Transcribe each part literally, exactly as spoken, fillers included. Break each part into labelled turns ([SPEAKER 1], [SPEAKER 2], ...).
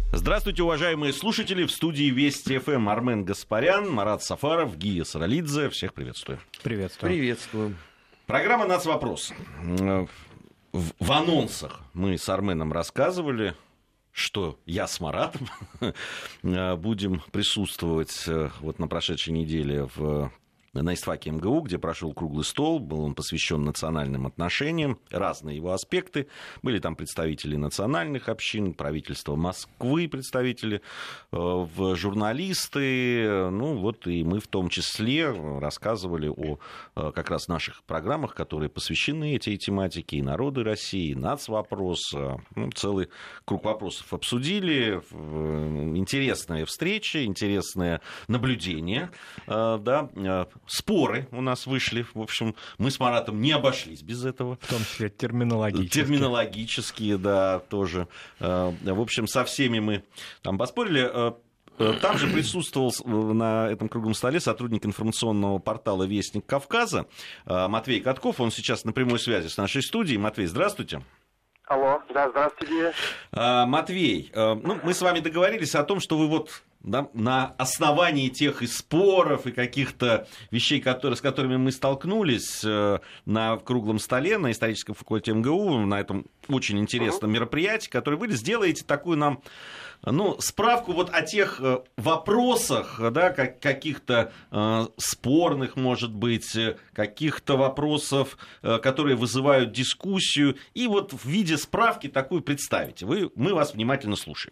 [SPEAKER 1] Здравствуйте, уважаемые слушатели. В студии Вести ФМ Армен Гаспарян, Марат Сафаров, Гия Саралидзе. Всех приветствую.
[SPEAKER 2] Приветствую.
[SPEAKER 3] Приветствую.
[SPEAKER 1] Программа «Нацвопрос». В анонсах мы с Арменом рассказывали, что я с Маратом будем присутствовать вот на прошедшей неделе в... на ИСТФАКе МГУ, где прошел круглый стол, был он посвящен национальным отношениям, разные его аспекты. Были там представители национальных общин, правительства Москвы, представители, э, журналисты. Ну вот и мы в том числе рассказывали о э, как раз наших программах, которые посвящены этой тематике, и народы России, и нацвопрос. Ну, целый круг вопросов обсудили. Интересная встреча, интересное наблюдение, э, да, споры у нас вышли. В общем, мы с Маратом не обошлись без этого.
[SPEAKER 2] В том числе терминологические.
[SPEAKER 1] Терминологические, да, тоже. В общем, со всеми мы там поспорили. Там же присутствовал на этом круглом столе сотрудник информационного портала «Вестник Кавказа» Матвей Катков. Он сейчас на прямой связи с нашей студией. Матвей, здравствуйте.
[SPEAKER 4] Алло, да, здравствуйте.
[SPEAKER 1] Матвей, ну, мы с вами договорились о том, что вы вот... Да, на основании тех и споров, и каких-то вещей, которые, с которыми мы столкнулись э, на круглом столе, на историческом факультете МГУ, на этом очень интересном мероприятии, которое вы сделаете такую нам, ну, справку вот о тех э, вопросах, да, как, каких-то э, спорных, может быть, каких-то вопросов, э, которые вызывают дискуссию, и вот в виде справки такую представите. Вы, мы вас внимательно слушаем.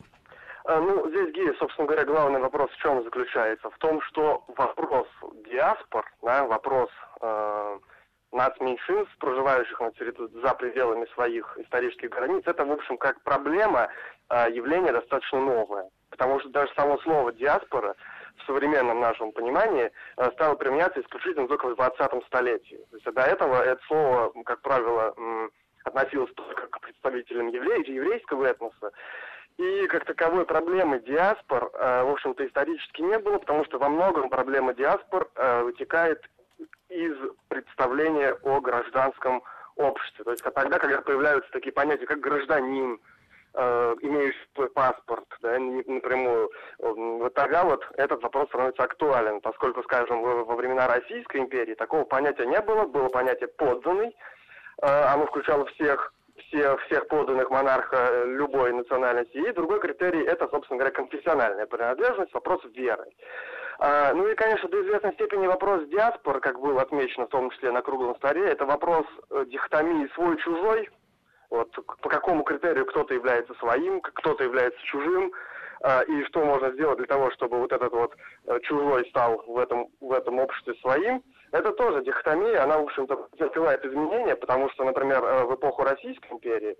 [SPEAKER 4] Ну, здесь, Гия, собственно говоря, главный вопрос в чем заключается? В том, что вопрос диаспор, да, вопрос э, нацменьшинств, проживающих на территории, за пределами своих исторических границ, это, в общем, как проблема, э, явление достаточно новое. Потому что даже само слово «диаспора» в современном нашем понимании э, стало применяться исключительно только в двадцатом столетии. То есть до этого это слово, как правило, э, относилось только к представителям евреев, еврейского этноса. И как таковой проблемы диаспор, э, в общем-то, исторически не было, потому что во многом проблема диаспор э, вытекает из представления о гражданском обществе. То есть тогда, когда появляются такие понятия, как гражданин, э, имеющий свой паспорт, да, не напрямую, э, вот тогда вот этот вопрос становится актуален, поскольку, скажем, во, во времена Российской империи такого понятия не было, было понятие подданный, э, оно включало всех, Всех, всех подданных монарха любой национальности. И другой критерий – это, собственно говоря, конфессиональная принадлежность, вопрос веры. А, ну и, конечно, до известной степени вопрос диаспор, как было отмечено в том числе на круглом столе, это вопрос дихотомии свой-чужой. Вот, по какому критерию кто-то является своим, кто-то является чужим, а, и что можно сделать для того, чтобы вот этот вот чужой стал в этом, в этом обществе своим. Это тоже дихотомия, она, в общем-то, претерпевает изменения, потому что, например, в эпоху Российской империи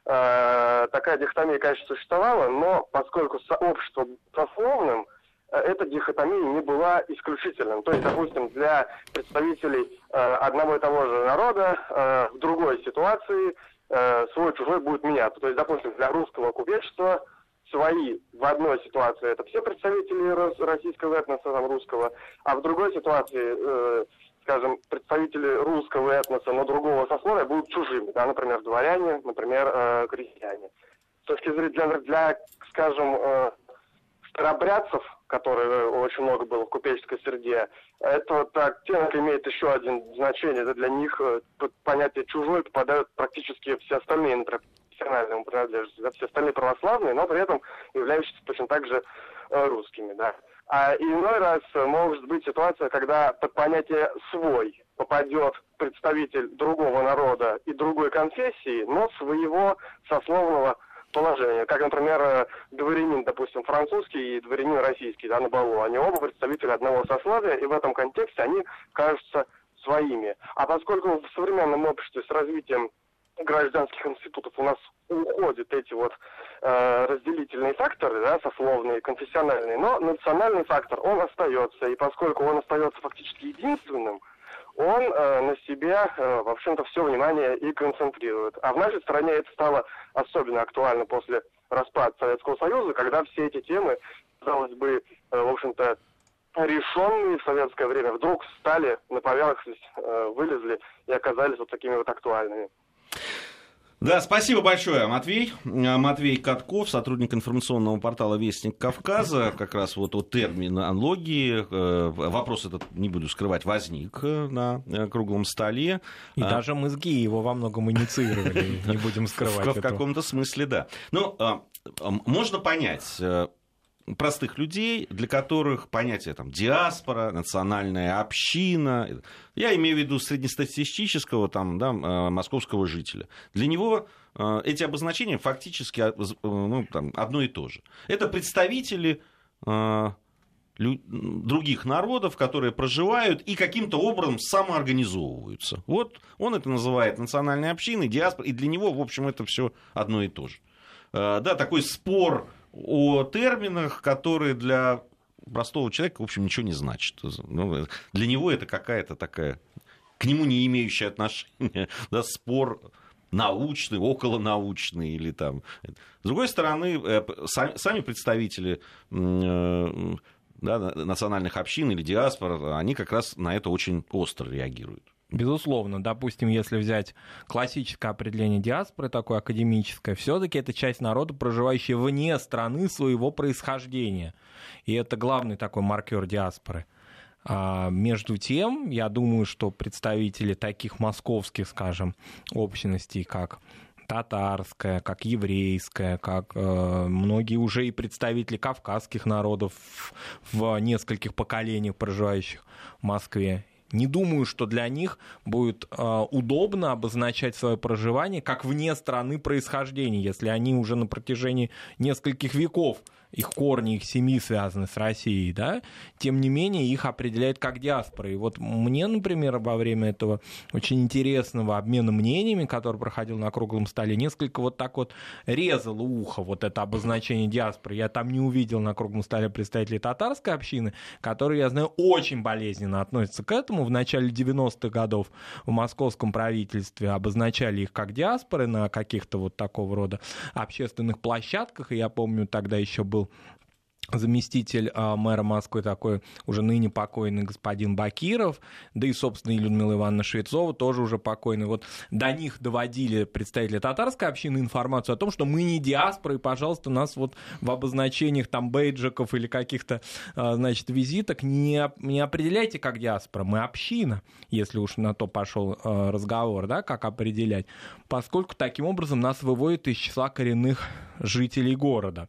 [SPEAKER 4] э, такая дихотомия, конечно, существовала, но поскольку общество было сословным, э, эта дихотомия не была исключительным. То есть, допустим, для представителей э, одного и того же народа э, в другой ситуации э, свой-чужой будет меняться. То есть, допустим, для русского купечества свои в одной ситуации это все представители российского этноса, там, русского, а в другой ситуации, э, скажем, представители русского этноса, но другого сословия будут чужими, да, например, дворяне, например, э, крестьяне. С точки зрения, для, для скажем, э, старообрядцев, которые очень много было в купеческой среде, это вот оттенок имеет еще один значение. Это для них э, под понятие «чужой» попадают практически все остальные, например, профессиональному принадлежности, да, все остальные православные, но при этом являющиеся точно так же э, русскими, да. А иной раз может быть ситуация, когда под понятие «свой» попадет представитель другого народа и другой конфессии, но своего сословного положения. Как, например, дворянин, допустим, французский и дворянин российский, да, на балу. Они оба представители одного сословия, и в этом контексте они кажутся своими. А поскольку в современном обществе с развитием гражданских институтов у нас уходят эти вот э, разделительные факторы, да, сословные, конфессиональные, но национальный фактор, он остается, и поскольку он остается фактически единственным, он э, на себя, э, в общем-то, все внимание и концентрирует. А в нашей стране это стало особенно актуально после распада Советского Союза, когда все эти темы, казалось бы, э, в общем-то, решенные в советское время, вдруг стали на поверхность, э, вылезли и оказались вот такими вот актуальными.
[SPEAKER 1] Да, спасибо большое, Матвей. Матвей Катков, сотрудник информационного портала «Вестник Кавказа». Как раз вот о терминологии. Вопрос этот, не буду скрывать, возник на круглом столе.
[SPEAKER 2] И а... даже мы с ГИ его во многом инициировали, не будем скрывать.
[SPEAKER 1] В каком-то смысле, да. Ну, можно понять простых людей, для которых понятие там, диаспора, национальная община, я имею в виду среднестатистического там, да, московского жителя, для него эти обозначения фактически ну, там, одно и то же. Это представители других народов, которые проживают и каким-то образом самоорганизовываются. Вот он это называет национальной общиной, диаспорой, и для него, в общем, это все одно и то же. Да, такой спор о терминах, которые для простого человека, в общем, ничего не значат. Ну, для него это какая-то такая, к нему не имеющая отношения, да, спор научный, околонаучный или там. С другой стороны, сами представители да, национальных общин или диаспор, они как раз на это очень остро реагируют.
[SPEAKER 2] Безусловно, допустим, если взять классическое определение диаспоры, такое академическое, все-таки это часть народа, проживающая вне страны своего происхождения. И это главный такой маркер диаспоры. А между тем, я думаю, что представители таких московских, скажем, общностей, как татарская, как еврейская, как э, многие уже и представители кавказских народов в, в нескольких поколениях, проживающих в Москве, не думаю, что для них будет э, удобно обозначать свое проживание как вне страны происхождения, если они уже на протяжении нескольких веков, их корни, их семьи связаны с Россией, да, тем не менее их определяют как диаспора. И вот мне, например, во время этого очень интересного обмена мнениями, который проходил на круглом столе, несколько вот так вот резало ухо вот это обозначение диаспоры. Я там не увидел на круглом столе представителей татарской общины, которые, я знаю, очень болезненно относятся к этому. В начале девяностых годов в московском правительстве обозначали их как диаспоры на каких-то вот такого рода общественных площадках. И я помню, тогда еще был заместитель а, мэра Москвы, такой уже ныне покойный господин Бакиров, да и, собственно, и Людмила Ивановна Швецова, тоже уже покойный. Вот до них доводили представители татарской общины информацию о том, что мы не диаспора, и, пожалуйста, нас вот в обозначениях там бейджиков или каких-то, а, значит, визиток не, не определяйте как диаспора, мы община, если уж на то пошел а, разговор, да, как определять, поскольку таким образом нас выводят из числа коренных жителей города.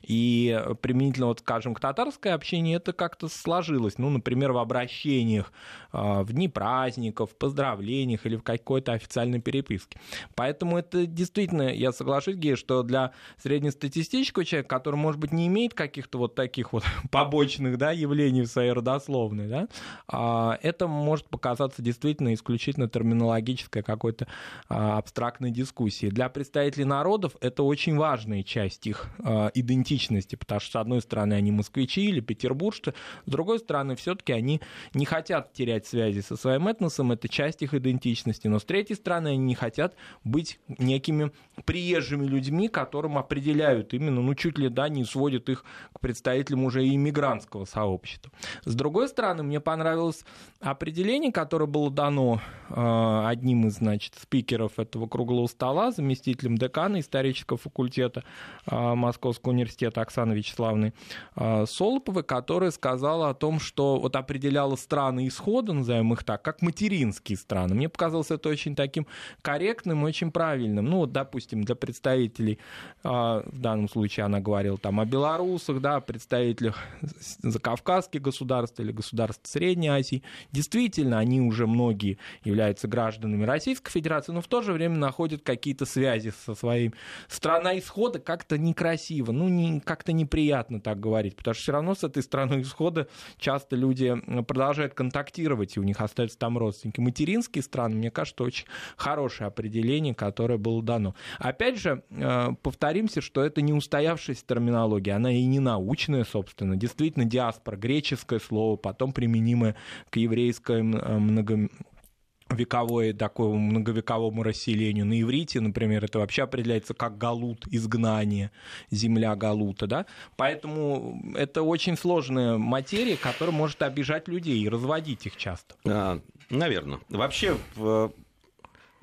[SPEAKER 2] И применительно, вот, скажем, к татарской общине это как-то сложилось. Ну, например, в обращениях э, в дни праздников, в поздравлениях или в какой-то официальной переписке. Поэтому это действительно, я соглашусь, Гея, что для среднестатистического человека, который, может быть, не имеет каких-то вот таких вот побочных, да, явлений в своей родословной, да, э, это может показаться действительно исключительно терминологической какой-то э, абстрактной дискуссией. Для представителей народов это очень важная часть их э, идентичности, потому что, с одной стороны, они москвичи или петербуржцы, с другой стороны, все-таки они не хотят терять связи со своим этносом, это часть их идентичности, но с третьей стороны, они не хотят быть некими приезжими людьми, которым определяют именно, ну, чуть ли, да, не сводят их к представителям уже иммигрантского сообщества. С другой стороны, мне понравилось определение, которое было дано э, одним из, значит, спикеров этого круглого стола, заместителем декана исторического факультета э, Московского университета Оксаны Вячеславовны э, Солоповой, которая сказала о том, что вот определяла страны исхода, назовем их так, как материнские страны. Мне показалось это очень таким корректным, очень правильным. Ну, вот, допустим, для представителей, э, в данном случае она говорила там о белорусах, да, о представителях закавказских государств или государств Средней Азии. Действительно, они уже многие являются гражданами Российской Федерации, но в то же время находят какие-то связи со своей страной исхода как-то некрасиво, ну, не, как-то неприятно так говорить, потому что все равно с этой страной исхода часто люди продолжают контактировать, и у них остаются там родственники. Материнские страны, мне кажется, очень хорошее определение, которое было дано. Опять же, повторимся, что это не устоявшаяся терминология, она и не научная, собственно. Действительно, диаспора, греческое слово, потом применимое к еврейскому много... вековое, такому многовековому расселению. На иврите, например, это вообще определяется как галут, изгнание, земля галута, да? Поэтому это очень сложная материя, которая может обижать людей и разводить их часто.
[SPEAKER 1] А, наверное. Вообще, в...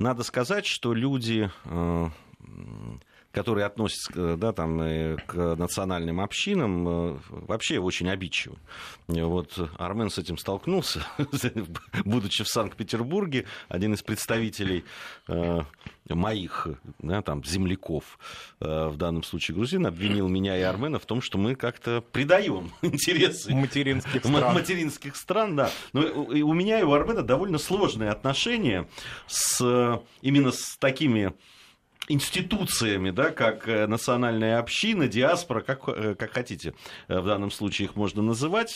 [SPEAKER 1] надо сказать, что люди, которые относятся, да, там, к национальным общинам, вообще очень обидчивы. Вот Армен с этим столкнулся, будучи в Санкт-Петербурге. Один из представителей моих, да, там, земляков, в данном случае грузин, обвинил меня и Армена в том, что мы как-то предаем интересы
[SPEAKER 2] материнских стран.
[SPEAKER 1] материнских стран, да. Но у меня и у Армена довольно сложные отношения с, именно с такими институциями, да, как национальная община, диаспора, как, как хотите в данном случае их можно называть,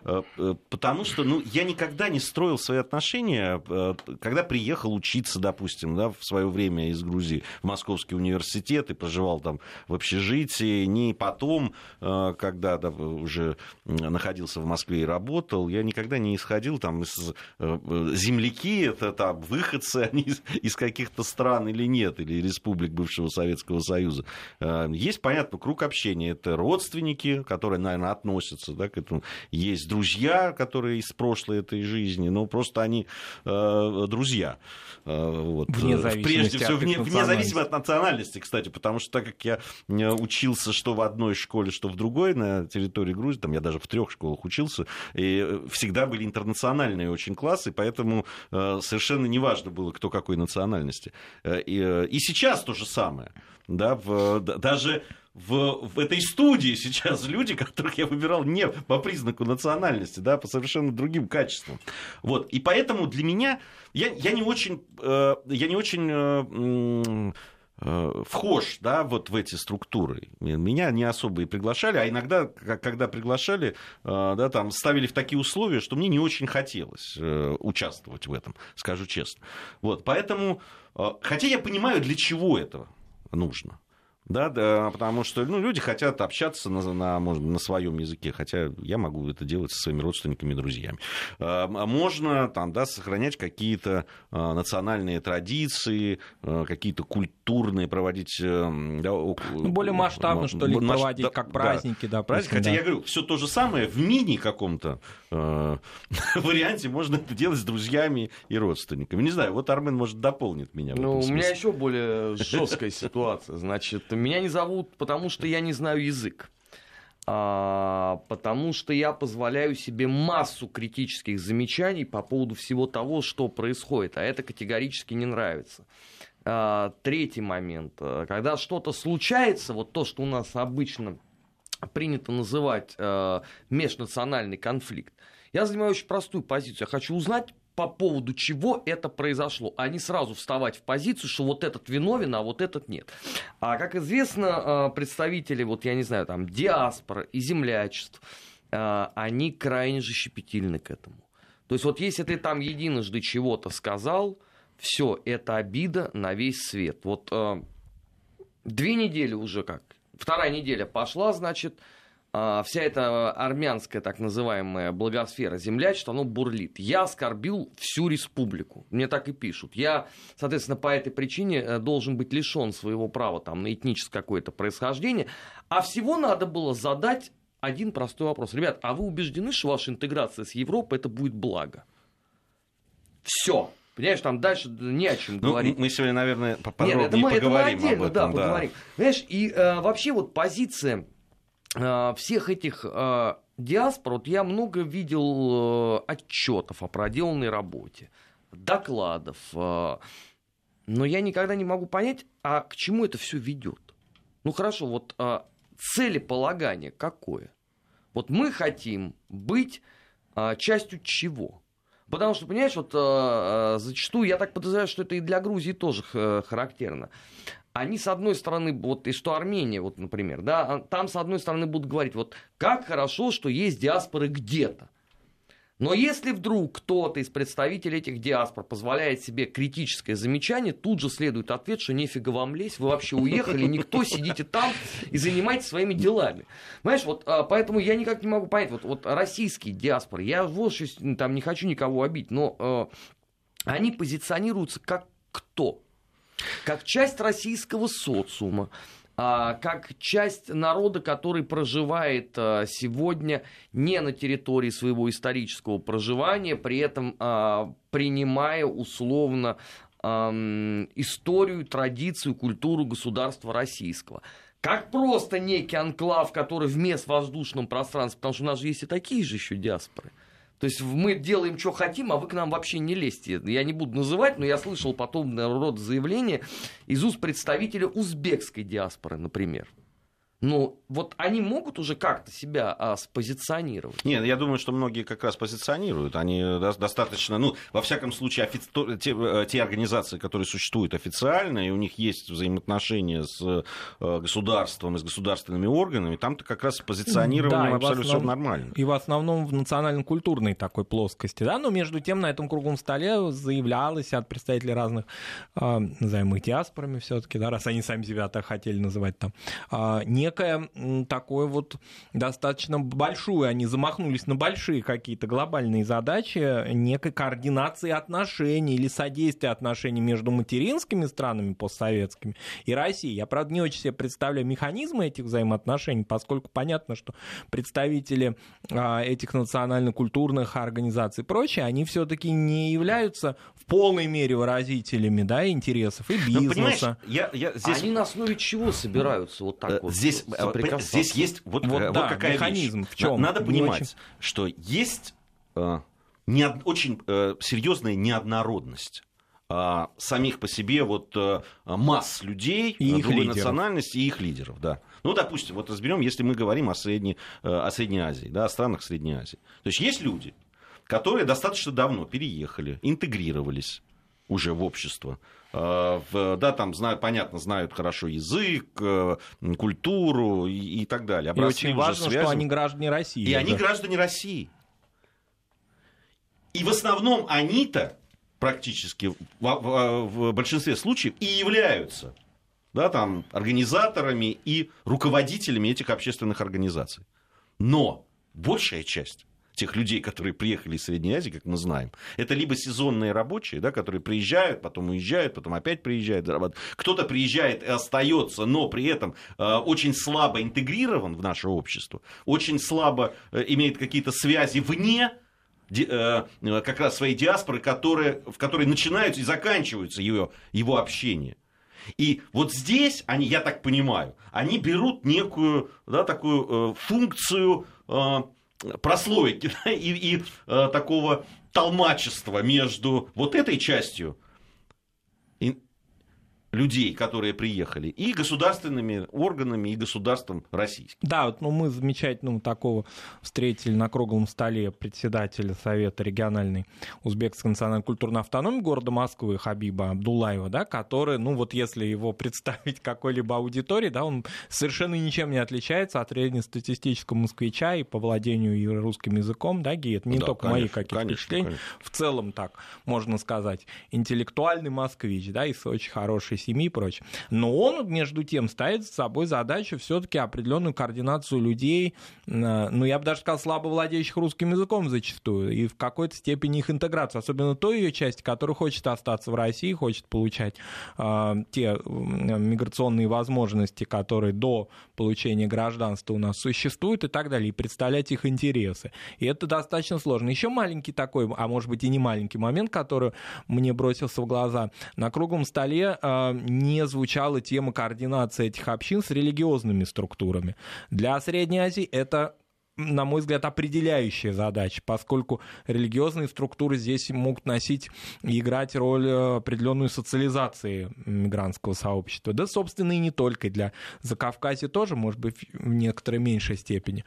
[SPEAKER 1] потому что, ну, я никогда не строил свои отношения, когда приехал учиться, допустим, да, в свое время из Грузии в Московский университет и проживал там в общежитии, не потом, когда, да, уже находился в Москве и работал, я никогда не исходил там из земляки, это там выходцы они из, из каких-то стран или нет, или республик бывшего Советского Союза. Есть, понятно, круг общения. Это родственники, которые, наверное, относятся, да, к этому. Есть друзья, которые из прошлой этой жизни, но просто они э, друзья. Вот.
[SPEAKER 2] Вне зависимости
[SPEAKER 1] Прежде всего,
[SPEAKER 2] от
[SPEAKER 1] вне, вне зависимости от национальности, кстати, потому что так как я учился что в одной школе, что в другой на территории Грузии, там я даже в трех школах учился, и всегда были интернациональные очень классы, поэтому совершенно неважно было, кто какой национальности. И, и сейчас то же самое. Да, в, даже в, в этой студии сейчас люди, которых я выбирал не по признаку национальности, да, по совершенно другим качествам. Вот. И поэтому для меня я, я не очень, э, я не очень э, э, вхож, да, вот в эти структуры. Меня не особо и приглашали, а иногда, когда приглашали, э, да, там, ставили в такие условия, что мне не очень хотелось э, участвовать в этом, скажу честно. Вот. Поэтому, э, хотя я понимаю, для чего это нужно. Да, да, потому что, ну, люди хотят общаться на, на, на своем языке, хотя я могу это делать со своими родственниками и друзьями. Можно там, да, сохранять какие-то национальные традиции, какие-то культурные проводить... Да,
[SPEAKER 2] ну, более масштабно, что ли, масштаб... проводить, да, как праздники, да,
[SPEAKER 1] да допустим, хотя да. Я говорю, все то же самое в мини каком-то э, варианте можно это делать с друзьями и родственниками. Не знаю, вот Армен, может, дополнит меня.
[SPEAKER 3] Ну, у меня еще более жесткая ситуация. Значит, меня не зовут, потому что я не знаю язык. А, потому что я позволяю себе массу критических замечаний по поводу всего того, что происходит. А это категорически не нравится. А, третий момент. Когда что-то случается, вот то, что у нас обычно принято называть а, межнациональный конфликт, я занимаю очень простую позицию. Я хочу узнать, по поводу чего это произошло, а не сразу вставать в позицию, что вот этот виновен, а вот этот нет. А как известно, представители, вот я не знаю, там, диаспоры и землячеств, они крайне же щепетильны к этому. То есть вот если ты там единожды чего-то сказал, все, это обида на весь свет. Вот две недели уже как, вторая неделя пошла, значит, вся эта армянская так называемая благосфера землячества, оно бурлит. Я оскорбил всю республику. Мне так и пишут. Я, соответственно, по этой причине должен быть лишен своего права там, на этническое какое-то происхождение. А всего надо было задать один простой вопрос. Ребят, а вы убеждены, что ваша интеграция с Европой это будет благо? Все. Понимаешь, там дальше не о чем ну, говорить.
[SPEAKER 1] Мы сегодня, наверное, поподробнее
[SPEAKER 3] Нет, это мы,
[SPEAKER 1] поговорим
[SPEAKER 3] это мы отдельно,
[SPEAKER 1] об этом.
[SPEAKER 3] Да, поговорим. Понимаешь, и э, вообще вот позиция всех этих э, диаспор, вот я много видел э, отчетов о проделанной работе, докладов, э, но я никогда не могу понять, а к чему это все ведет. Ну хорошо, вот э, целеполагание какое? Вот мы хотим быть э, частью чего? Потому что, понимаешь, вот э, зачастую, я так подозреваю, что это и для Грузии тоже э, характерно. Они, с одной стороны, вот и что Армения, вот, например, да, там, с одной стороны, будут говорить, вот, как хорошо, что есть диаспоры где-то. Но если вдруг кто-то из представителей этих диаспор позволяет себе критическое замечание, тут же следует ответ, что нефига вам лезть, вы вообще уехали, никто, сидите там и занимайтесь своими делами. Понимаешь, вот, поэтому я никак не могу понять, вот, вот российские диаспоры, я вот там не хочу никого обидеть, но э, они позиционируются как кто? Как часть российского социума, как часть народа, который проживает сегодня не на территории своего исторического проживания, при этом принимая условно эм, историю, традицию, культуру государства российского. Как просто некий анклав, который в межвоздушном пространстве, потому что у нас же есть и такие же еще диаспоры. То есть мы делаем, что хотим, а вы к нам вообще не лезьте. Я не буду называть, но я слышал подобного рода заявления из уст представителя узбекской диаспоры, например. Ну, вот они могут уже как-то себя а, спозиционировать?
[SPEAKER 1] Нет, я думаю, что многие как раз позиционируют. Они достаточно, ну, во всяком случае, офици... те, те организации, которые существуют официально, и у них есть взаимоотношения с государством и с государственными органами, там-то как раз позиционирование да, абсолютно основ... нормально.
[SPEAKER 2] И в основном в национально-культурной такой плоскости, да, но между тем на этом круглом столе заявлялось от представителей разных, э, назовем их диаспорами все-таки, да, раз они сами себя так хотели называть там, э, не некое такое вот достаточно большое, они замахнулись на большие какие-то глобальные задачи некой координации отношений или содействия отношений между материнскими странами постсоветскими и Россией. Я, правда, не очень себе представляю механизмы этих взаимоотношений, поскольку понятно, что представители этих национально-культурных организаций и прочее, они все-таки не являются в полной мере выразителями, да, интересов и бизнеса.
[SPEAKER 3] Я, я здесь... Они на основе чего собираются вот так вот?
[SPEAKER 1] Здесь Здесь есть вот, вот, вот да, какая механизм. Вещь. В чем? Надо понимать, очень... что есть э, не, очень э, серьезная неоднородность э, самих по себе вот, э, масс людей
[SPEAKER 2] и
[SPEAKER 1] другой национальности и их лидеров. Да. Ну, допустим, вот разберем, если мы говорим о Средней, э, о Средней Азии, да, о странах Средней Азии. То есть есть люди, которые достаточно давно переехали, интегрировались уже в общество. Да, там знают, понятно, знают хорошо язык, культуру и, и так далее.
[SPEAKER 2] И очень важно, что они граждане России.
[SPEAKER 1] И да. они граждане России. И в основном они-то практически в, в, в большинстве случаев и являются, да, там, организаторами и руководителями этих общественных организаций. Но большая часть тех людей, которые приехали из Средней Азии, как мы знаем, это либо сезонные рабочие, да, которые приезжают, потом уезжают, потом опять приезжают, зарабатывают. Кто-то приезжает и остается, но при этом э, очень слабо интегрирован в наше общество, очень слабо э, имеет какие-то связи вне ди, э, как раз своей диаспоры, которые, в которой начинаются и заканчиваются его, его общение. И вот здесь они, я так понимаю, они берут некую, да, такую э, функцию э, прослойки, да, и, и э, такого толмачества между вот этой частью и, людей, которые приехали, и государственными органами, и государством российским.
[SPEAKER 2] Да, вот, ну, мы замечательного такого встретили на круглом столе председателя Совета региональной Узбекской национальной культурной автономии города Москвы Хабиба Абдуллаева, да, который, ну вот если его представить какой-либо аудитории, да, он совершенно ничем не отличается от среднестатистического москвича и по владению и русским языком, да, Ги, это не да, только конечно, мои какие-то конечно, впечатления, конечно. В целом так, можно сказать, интеллектуальный москвич, да, из очень хорошей семьи и прочее. Но он, между тем, ставит с собой задачу все-таки определенную координацию людей, ну, я бы даже сказал, слабо владеющих русским языком зачастую, и в какой-то степени их интеграцию, особенно той ее части, которая хочет остаться в России, хочет получать э, те миграционные возможности, которые до получения гражданства у нас существуют и так далее, и представлять их интересы. И это достаточно сложно. Еще маленький такой, а может быть и не маленький момент, который мне бросился в глаза. На круглом столе э, не звучала тема координации этих общин с религиозными структурами. Для Средней Азии это, на мой взгляд, определяющая задача, поскольку религиозные структуры здесь могут носить и играть роль определенной социализации мигрантского сообщества. Да, собственно, и не только. Для Закавказья тоже, может быть, в некоторой меньшей степени.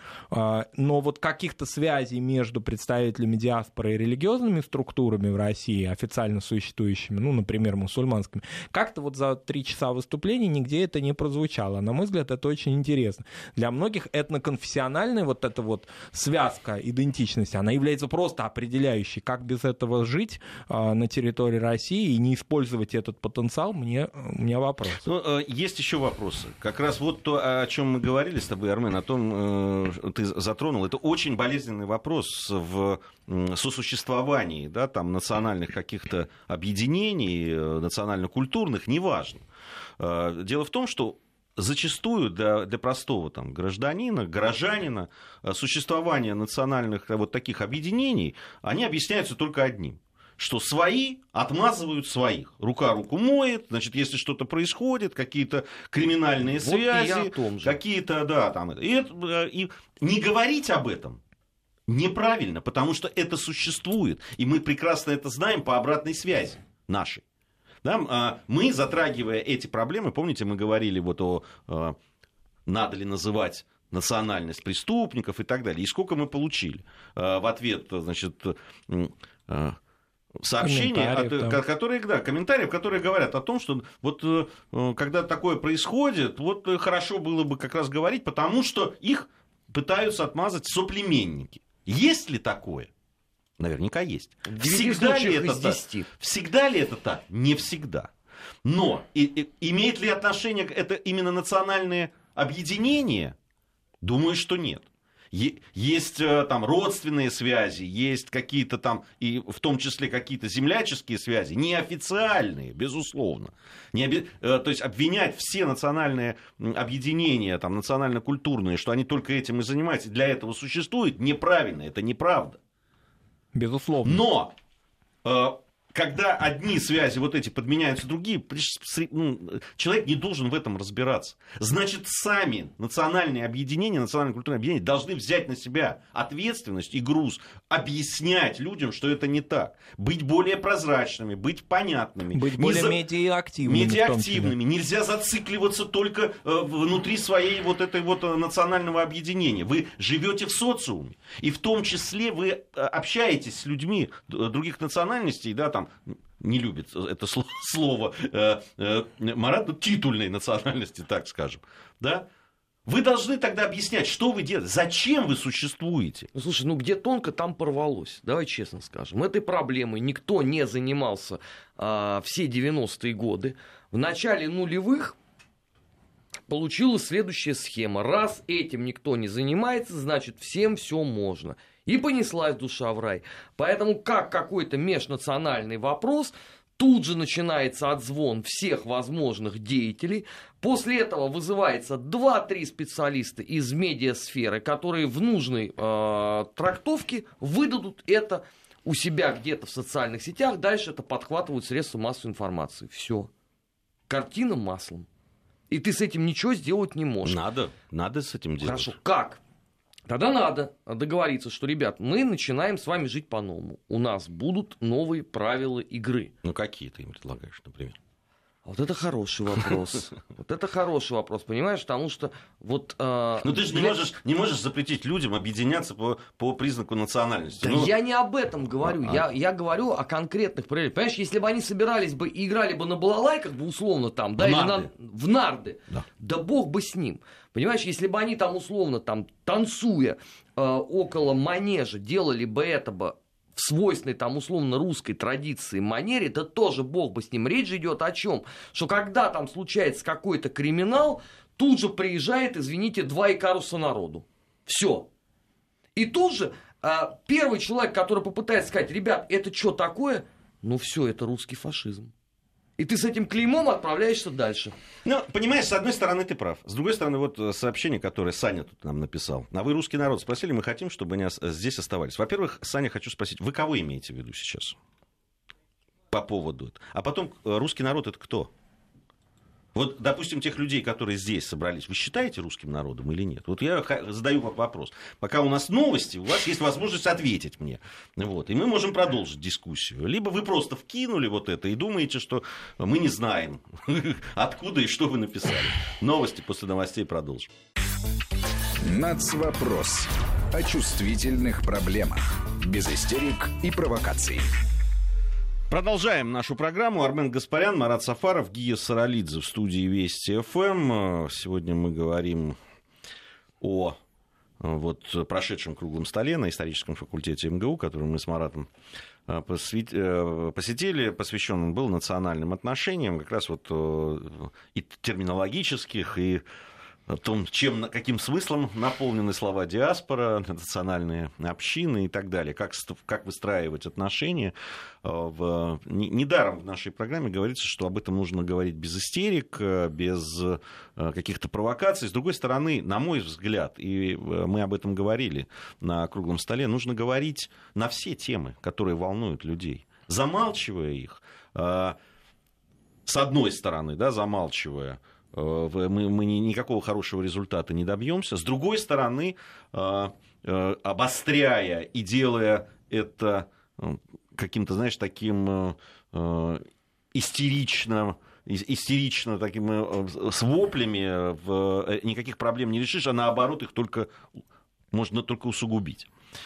[SPEAKER 2] Но вот каких-то связей между представителями диаспоры и религиозными структурами в России, официально существующими, ну, например, мусульманскими, как-то вот за три часа выступления нигде это не прозвучало. На мой взгляд, это очень интересно. Для многих этноконфессиональная вот эта вот связка идентичности, она является просто определяющей. Как без этого жить э, на территории России и не использовать этот потенциал, мне, у меня вопрос.
[SPEAKER 1] Ну, э, есть еще вопросы. Как раз вот то, о чем мы говорили с тобой, Армен, о том, э, ты затронул, это очень болезненный вопрос в сосуществовании, да, там, национальных каких-то объединений, национально-культурных, неважно. Э, дело в том, что зачастую для, для простого там, гражданина, горожанина существование национальных вот таких объединений, они объясняются только одним, что свои отмазывают своих. Рука руку моет, значит, если что-то происходит, какие-то криминальные
[SPEAKER 3] вот
[SPEAKER 1] связи, какие-то, да, там, и, это, и не говорить об этом неправильно, потому что это существует, и мы прекрасно это знаем по обратной связи нашей. Да? Мы, затрагивая эти проблемы, помните, мы говорили вот о, надо ли называть национальность преступников и так далее, и сколько мы получили в ответ, значит, сообщений, от, которые, да, комментариев, которые говорят о том, что вот когда такое происходит, вот хорошо было бы как раз говорить, потому что их пытаются отмазать соплеменники. Есть ли такое? Наверняка есть. Всегда ли это так? Всегда ли это так? Не всегда. Но и, и, имеет ли отношение это именно национальные объединения? Думаю, что нет. Есть там родственные связи, есть какие-то там, и в том числе какие-то земляческие связи, неофициальные, безусловно. Не оби... То есть обвинять все национальные объединения, там, национально-культурные, что они только этим и занимаются, для этого существует, неправильно, это неправда.
[SPEAKER 2] Безусловно.
[SPEAKER 1] Но когда одни связи вот эти подменяются другие, человек не должен в этом разбираться. Значит, сами национальные объединения, национальные культурные объединения должны взять на себя ответственность и груз, объяснять людям, что это не так. Быть более прозрачными, быть понятными.
[SPEAKER 2] Быть более за... медиаактивными.
[SPEAKER 1] Медиаактивными. Нельзя зацикливаться только внутри своей вот этой вот национального объединения. Вы живете в социуме, и в том числе вы общаетесь с людьми других национальностей, да, там, не любит это слово э, э, Марат, ну, титульной национальности, так скажем, да? Вы должны тогда объяснять, что вы делаете, зачем вы существуете.
[SPEAKER 3] Ну, слушай, ну где тонко, там порвалось, давай честно скажем. Этой проблемой никто не занимался а, все девяностые годы. В начале нулевых получилась следующая схема. Раз этим никто не занимается, значит, всем все можно. И понеслась душа в рай. Поэтому как какой-то межнациональный вопрос, тут же начинается отзвон всех возможных деятелей. После этого вызывается два-три специалиста из медиасферы, которые в нужной э, трактовке выдадут это у себя где-то в социальных сетях. Дальше это подхватывают средства массовой информации. Все. Картина маслом. И ты с этим ничего сделать не можешь.
[SPEAKER 1] Надо, надо с этим делать.
[SPEAKER 3] Хорошо, как? Тогда надо договориться, что, ребят, мы начинаем с вами жить по-новому. У нас будут новые правила игры.
[SPEAKER 1] Ну, какие ты им предлагаешь, например?
[SPEAKER 3] Вот это хороший вопрос. Вот это хороший вопрос, понимаешь? Потому что вот... Э,
[SPEAKER 1] ну, ты же для... не, можешь, не можешь запретить людям объединяться по, по признаку национальности.
[SPEAKER 3] Да
[SPEAKER 1] ну...
[SPEAKER 3] я не об этом говорю. А-а. Я, я говорю о конкретных проявлениях. Понимаешь, если бы они собирались бы и играли бы на балалайках, бы условно там, да,
[SPEAKER 1] в
[SPEAKER 3] или
[SPEAKER 1] нарды.
[SPEAKER 3] На... в нарды, да. Да бог бы с ним. Понимаешь, если бы они там условно там, танцуя э, около манежа, делали бы это бы в свойственной там условно русской традиции манере, то тоже бог бы с ним. Речь идет о чем? Что когда там случается какой-то криминал, тут же приезжает, извините, два икаруса народу. Все. И тут же а, первый человек, который попытается сказать, ребят, это что такое? Ну все, это русский фашизм. И ты с этим клеймом отправляешься дальше.
[SPEAKER 1] Ну, понимаешь, с одной стороны ты прав. С другой стороны, вот сообщение, которое Саня тут нам написал. А вы, русский народ, спросили, мы хотим, чтобы они здесь оставались. Во-первых, Саня, хочу спросить, вы кого имеете в виду сейчас? По поводу. А потом, русский народ это кто? Вот, допустим, тех людей, которые здесь собрались, вы считаете русским народом или нет? Вот я задаю вопрос. Пока у нас новости, у вас есть возможность ответить мне. Вот, и мы можем продолжить дискуссию. Либо вы просто вкинули вот это и думаете, что мы не знаем, откуда и что вы написали. Новости, после новостей продолжим.
[SPEAKER 5] Нацвопрос. О чувствительных проблемах. Без истерик и провокаций.
[SPEAKER 1] Продолжаем нашу программу. Армен Гаспарян, Марат Сафаров, Гия Саралидзе в студии Вести ФМ. Сегодня мы говорим о вот, прошедшем круглом столе на историческом факультете МГУ, который мы с Маратом посетили. Посвящен он был национальным отношениям, как раз вот и терминологических, и о том, чем, каким смыслом наполнены слова диаспора, национальные общины и так далее, как, как выстраивать отношения. В... Недаром в нашей программе говорится, что об этом нужно говорить без истерик, без каких-то провокаций. С другой стороны, на мой взгляд, и мы об этом говорили на круглом столе, нужно говорить на все темы, которые волнуют людей. замалчивая их, с одной стороны, да, замалчивая, мы, мы никакого хорошего результата не добьемся. С другой стороны, обостряя и делая это каким-то, знаешь, таким истеричным, истерично таким с воплями, в, никаких проблем не решишь, а наоборот их только можно только усугубить.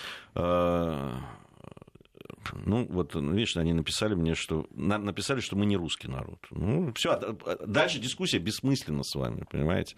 [SPEAKER 1] Ну, вот, видишь, они написали мне, что написали, что мы не русский народ. Ну, все, дальше дискуссия бессмысленна с вами, понимаете,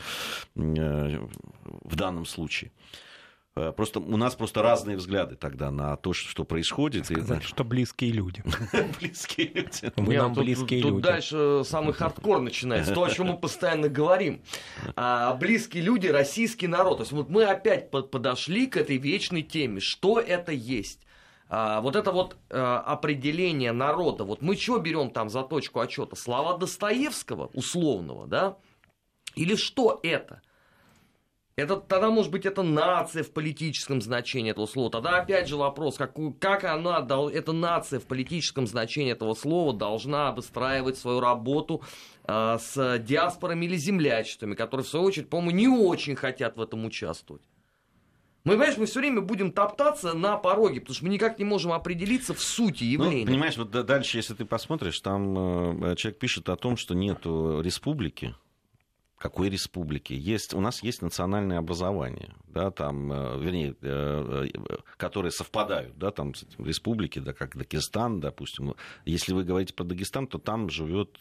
[SPEAKER 1] в данном случае. Просто, у нас просто разные взгляды тогда на то, что происходит.
[SPEAKER 2] Сказать, и... что близкие люди.
[SPEAKER 1] Близкие люди.
[SPEAKER 2] Вы нам близкие люди.
[SPEAKER 3] Тут дальше самый хардкор начинается. То, о чем мы постоянно говорим. Близкие люди, российский народ. То есть вот мы опять подошли к этой вечной теме. Что это есть? Вот это вот определение народа. Вот мы что берем там за точку отчета? Слова Достоевского, условного, да? Или что это? Это, тогда, может быть, это нация в политическом значении этого слова. Тогда опять же вопрос, какую, как она, эта нация в политическом значении этого слова должна выстраивать свою работу э, с диаспорами или землячествами, которые, в свою очередь, по-моему, не очень хотят в этом участвовать. Мы, понимаешь, мы все время будем топтаться на пороге, потому что мы никак не можем определиться в сути явления.
[SPEAKER 1] Ну, понимаешь, вот дальше, если ты посмотришь, там э, человек пишет о том, что нету республики. Какой республики? Есть, у нас есть национальное образование, да, там, вернее, которые совпадают, да, там республики, да, как Дагестан, допустим. Если вы говорите про Дагестан, то там живет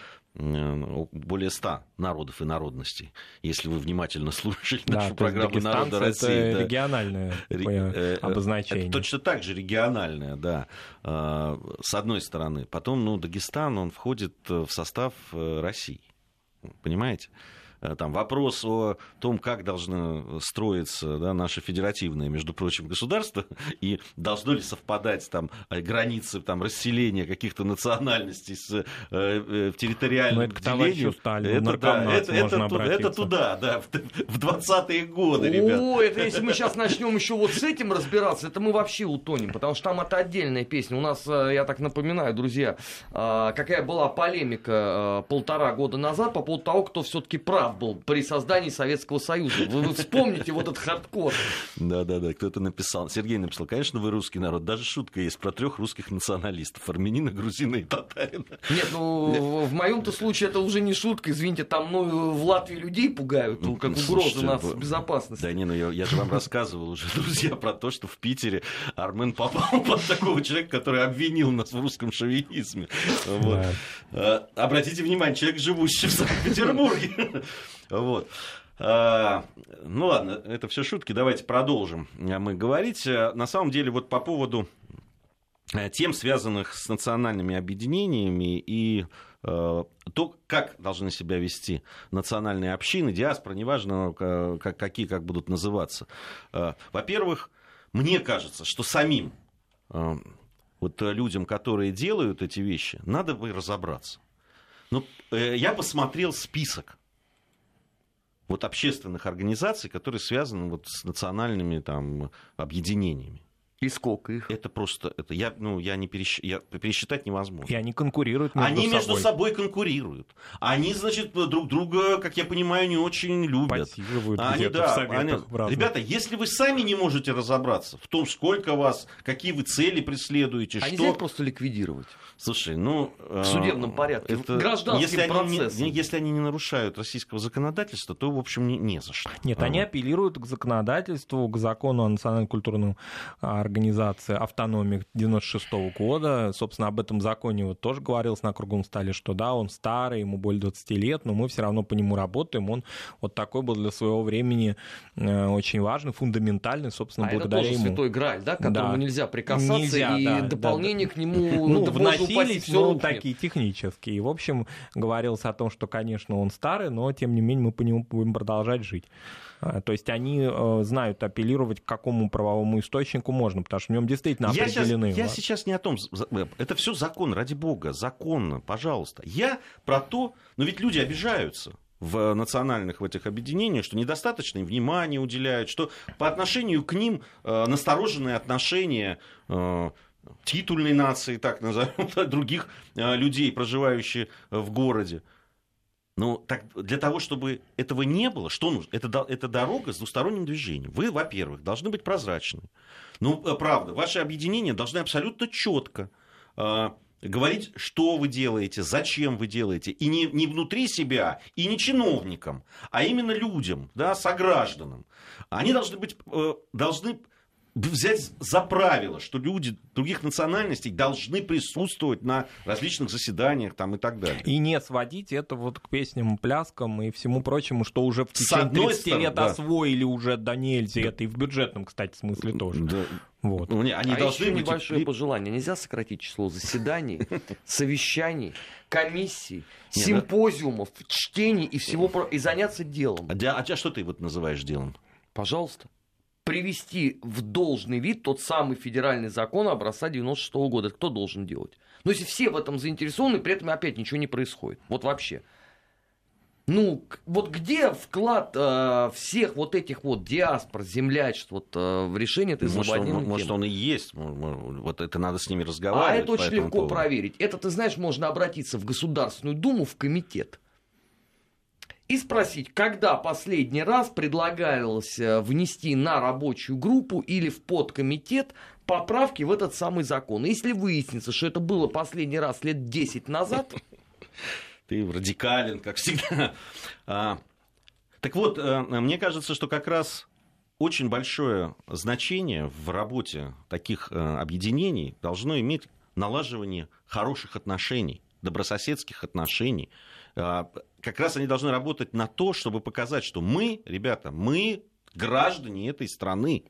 [SPEAKER 1] более ста народов и народностей. Если вы внимательно слушали
[SPEAKER 2] да,
[SPEAKER 1] нашу программу «Народы России».
[SPEAKER 2] Это
[SPEAKER 1] да.
[SPEAKER 2] региональное обозначение.
[SPEAKER 1] Это точно так же региональное, да, с одной стороны. Потом, ну, Дагестан, он входит в состав России. Понимаете? Там вопрос о том, как должно строиться, да, наше федеративное, между прочим, государство, и должно ли совпадать там, границы там, расселения каких-то национальностей с э, территориальным делением. Это, да, это, это, туда, это туда, да, в двадцатые годы, ребят.
[SPEAKER 3] О, это если мы сейчас начнем еще вот с этим разбираться, это мы вообще утонем, потому что там это отдельная песня. У нас, я так напоминаю, друзья, какая была полемика полтора года назад по поводу того, кто все-таки прав был при создании Советского Союза. Вы, вы вспомните вот этот хардкор.
[SPEAKER 1] Да-да-да, кто-то написал. Сергей написал, конечно, вы русский народ. Даже шутка есть про трех русских националистов. Армянина, грузина и татарина.
[SPEAKER 3] Нет, ну, в моем-то случае это уже не шутка. Извините, там ну, в Латвии людей пугают, ну, как угроза нас безопасности.
[SPEAKER 1] Да не, ну я, я же вам рассказывал уже, друзья, про то, что в Питере Армен попал под такого человека, который обвинил нас в русском шовинизме. Вот. Да. Обратите внимание, человек, живущий в Санкт-Петербурге. Вот. А, ну ладно, это все шутки, давайте продолжим мы говорить. На самом деле, вот по поводу тем, связанных с национальными объединениями и э, то, как должны себя вести национальные общины, диаспора, неважно, как, какие как будут называться. Э, во-первых, мне кажется, что самим э, вот людям, которые делают эти вещи, надо бы разобраться. Ну, э, я посмотрел список вот общественных организаций, которые связаны вот с национальными там, объединениями.
[SPEAKER 3] И сколько их?
[SPEAKER 1] Это просто, это я, ну, я не пересч... я, пересчитать невозможно.
[SPEAKER 2] И они конкурируют между
[SPEAKER 1] они
[SPEAKER 2] собой. Они
[SPEAKER 1] между собой конкурируют. Они, значит, друг друга, как я понимаю, не очень любят.
[SPEAKER 2] Подсиживают
[SPEAKER 1] они,
[SPEAKER 2] где-то
[SPEAKER 1] да,
[SPEAKER 2] в советах
[SPEAKER 1] они... Ребята, если вы сами не можете разобраться в том, сколько вас, какие вы цели преследуете,
[SPEAKER 3] они
[SPEAKER 1] что...
[SPEAKER 3] нельзя просто ликвидировать.
[SPEAKER 1] Слушай, ну...
[SPEAKER 3] В судебном порядке,
[SPEAKER 1] это...
[SPEAKER 3] гражданским
[SPEAKER 1] если
[SPEAKER 3] процессом.
[SPEAKER 1] Они не, если они не нарушают российского законодательства, то, в общем, не, не за что.
[SPEAKER 2] Нет,
[SPEAKER 1] а...
[SPEAKER 2] они апеллируют к законодательству, к закону о национальной культурной организации автономии девяносто шестого года. Собственно, об этом законе вот тоже говорилось на круглом столе, что да, он старый, ему более двадцати лет, но мы все равно по нему работаем. Он вот такой был для своего времени очень важный, фундаментальный, собственно,
[SPEAKER 3] а
[SPEAKER 2] благодаря
[SPEAKER 3] это тоже
[SPEAKER 2] ему.
[SPEAKER 3] Святой Грааль, да, к которому
[SPEAKER 2] да.
[SPEAKER 3] нельзя прикасаться,
[SPEAKER 2] нельзя,
[SPEAKER 3] и
[SPEAKER 2] да,
[SPEAKER 3] дополнение
[SPEAKER 2] да,
[SPEAKER 3] к нему
[SPEAKER 2] ну,
[SPEAKER 3] да,
[SPEAKER 2] вносились,
[SPEAKER 3] всё
[SPEAKER 2] но
[SPEAKER 3] рухнет.
[SPEAKER 2] такие технические. И, в общем, говорилось о том, что, конечно, он старый, но, тем не менее, мы по нему будем продолжать жить. То есть они э, знают, апеллировать к какому правовому источнику можно, потому что в нем действительно
[SPEAKER 1] я
[SPEAKER 2] определены.
[SPEAKER 1] Сейчас, я сейчас не о том, это все закон, ради бога, законно, пожалуйста. Я про то, но ведь люди обижаются в национальных в этих объединениях, что недостаточно им внимания уделяют, что по отношению к ним э, настороженные отношения э, титульной нации, так назовем, других людей, проживающих в городе. Но так, для того, чтобы этого не было, что нужно? Это, это дорога с двусторонним движением. Вы, во-первых, должны быть прозрачны. Ну, правда, ваши объединения должны абсолютно четко э, говорить, что вы делаете, зачем вы делаете. И не, не внутри себя, и не чиновникам, а именно людям, да, согражданам. Они должны быть, э, должны взять за правило, что люди других национальностей должны присутствовать на различных заседаниях там, и так далее.
[SPEAKER 2] И не сводить это вот к песням, пляскам и всему прочему, что уже в течение тридцати стороны, лет да. освоили уже до нельзя. Да. Это и в бюджетном, кстати, смысле тоже. Да. Вот.
[SPEAKER 3] Они а должны еще быть... небольшое пожелание. Нельзя сократить число заседаний, совещаний, комиссий, симпозиумов, чтений и всего и заняться делом.
[SPEAKER 1] А что ты вот называешь делом?
[SPEAKER 3] Пожалуйста. Привести в должный вид тот самый федеральный закон образца девяносто шестого года. Это кто должен делать? Но если все в этом заинтересованы, при этом опять ничего не происходит. Вот вообще. Ну, вот где вклад э, всех вот этих вот диаспор, землячеств вот, э, в решение этой злободневной темы?
[SPEAKER 1] Может, он и есть. Вот это надо с ними разговаривать.
[SPEAKER 3] А это очень легко поводу. проверить. Это, ты знаешь, можно обратиться в Государственную Думу, в комитет. И спросить, когда последний раз предлагалось внести на рабочую группу или в подкомитет поправки в этот самый закон. Если выяснится, что это было последний раз лет десять назад...
[SPEAKER 1] Ты радикален, как всегда. Так вот, мне кажется, что как раз очень большое значение в работе таких объединений должно иметь налаживание хороших отношений, добрососедских отношений. Как раз они должны работать на то, чтобы показать, что мы, ребята, мы граждане этой страны,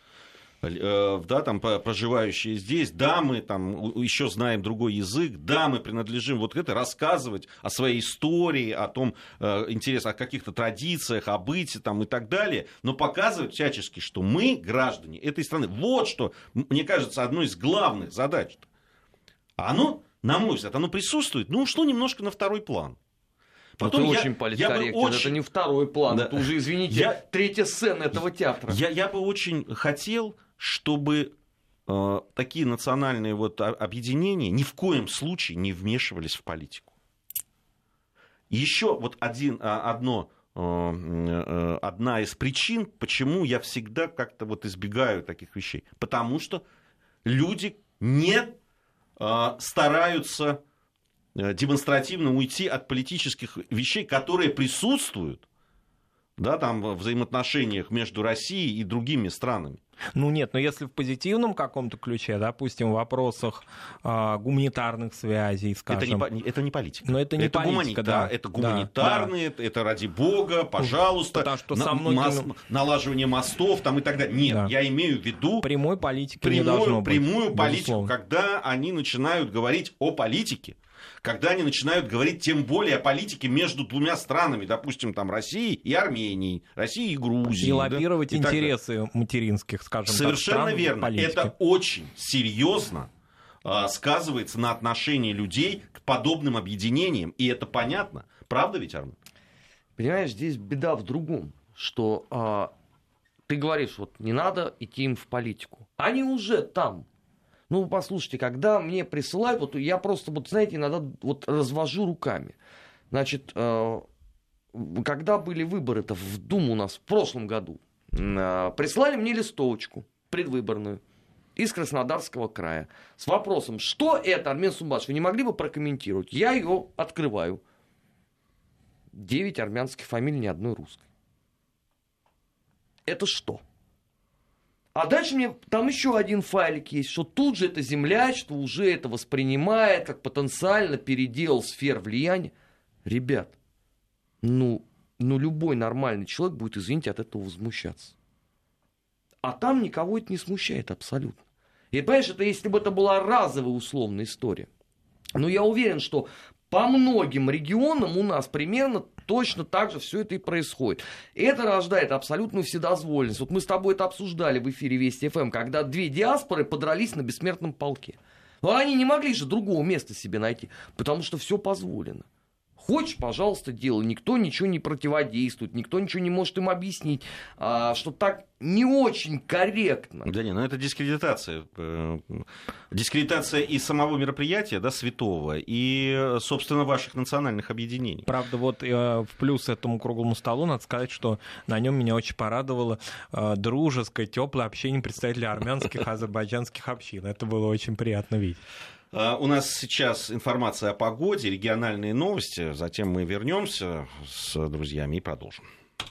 [SPEAKER 1] да, там, проживающие здесь, да, мы там еще знаем другой язык, да, мы принадлежим вот к этой, рассказывать о своей истории, о том, интерес, о каких-то традициях, о быте там, и так далее, но показывать всячески, что мы граждане этой страны. Вот что, мне кажется, одной из главных задач. А оно, на мой взгляд, оно присутствует, но ушло немножко на второй план.
[SPEAKER 3] Потом это я, очень политкорректно, очень... это не второй план, да. Это уже, извините, я... третья сцена этого театра.
[SPEAKER 1] Я, я бы очень хотел, чтобы э, такие национальные вот объединения ни в коем случае не вмешивались в политику. Еще вот один, одно, э, одна из причин, почему я всегда как-то вот избегаю таких вещей. Потому что люди не э, стараются... демонстративно уйти от политических вещей, которые присутствуют, да, там, в взаимоотношениях между Россией и другими странами.
[SPEAKER 2] Ну нет, но если в позитивном каком-то ключе, допустим, в вопросах э, гуманитарных связей, скажем...
[SPEAKER 1] Это не, это не политика.
[SPEAKER 2] Но это не
[SPEAKER 1] это
[SPEAKER 2] политика,
[SPEAKER 1] гуманита...
[SPEAKER 2] да.
[SPEAKER 1] Это гуманитарные, да. это ради бога, пожалуйста,
[SPEAKER 2] Потому что
[SPEAKER 1] на,
[SPEAKER 2] со многими...
[SPEAKER 1] мас... налаживание мостов там, и так далее. Нет, да. я имею в виду...
[SPEAKER 2] Прямой политики
[SPEAKER 1] прямую,
[SPEAKER 2] не должно быть.
[SPEAKER 1] Прямую политику, когда они начинают говорить о политике, когда они начинают говорить тем более о политике между двумя странами, допустим, там, Россией и Арменией, Россией и Грузией.
[SPEAKER 2] И лоббировать
[SPEAKER 1] да?
[SPEAKER 2] интересы и материнских, скажем
[SPEAKER 1] Совершенно
[SPEAKER 2] так, стран.
[SPEAKER 1] Верно.
[SPEAKER 2] Политики.
[SPEAKER 1] Это очень серьезно э, сказывается на отношении людей к подобным объединениям. И это понятно. Правда ведь, Армен?
[SPEAKER 3] Понимаешь, здесь беда в другом, что э, ты говоришь, вот не надо идти им в политику. Они уже там. Ну, послушайте, когда мне присылают, вот я просто, вот, знаете, иногда вот развожу руками. Значит, э, когда были выборы-то в Думу у нас в прошлом году, э, прислали мне листовочку предвыборную из Краснодарского края с вопросом, что это, Армен Сумбаш, вы не могли бы прокомментировать? Я ее открываю. Девять армянских фамилий, ни одной русской. Это что? А дальше мне там еще один файлик есть, что тут же это землячество уже это воспринимает как потенциально передел сфер влияния. Ребят, ну, ну любой нормальный человек будет, извините, от этого возмущаться. А там никого это не смущает абсолютно. И понимаешь, это если бы это была разовая условная история. Но я уверен, что по многим регионам у нас примерно точно так же все это и происходит. И это рождает абсолютную вседозволенность. Вот мы с тобой это обсуждали в эфире Вести эф эм, когда две диаспоры подрались на бессмертном полке. Но они не могли же другого места себе найти, потому что все позволено. Хочешь, пожалуйста, делай. Никто ничего не противодействует, никто ничего не может им объяснить, что так не очень корректно.
[SPEAKER 1] Да не, ну это дискредитация. Дискредитация и самого мероприятия, да, святого, и, собственно, ваших национальных объединений.
[SPEAKER 2] Правда, вот в плюс этому круглому столу надо сказать, что на нем меня очень порадовало дружеское, теплое общение представителей армянских, азербайджанских общин. Это было очень приятно видеть.
[SPEAKER 1] У нас сейчас информация о погоде, региональные новости. Затем мы вернемся с друзьями и продолжим.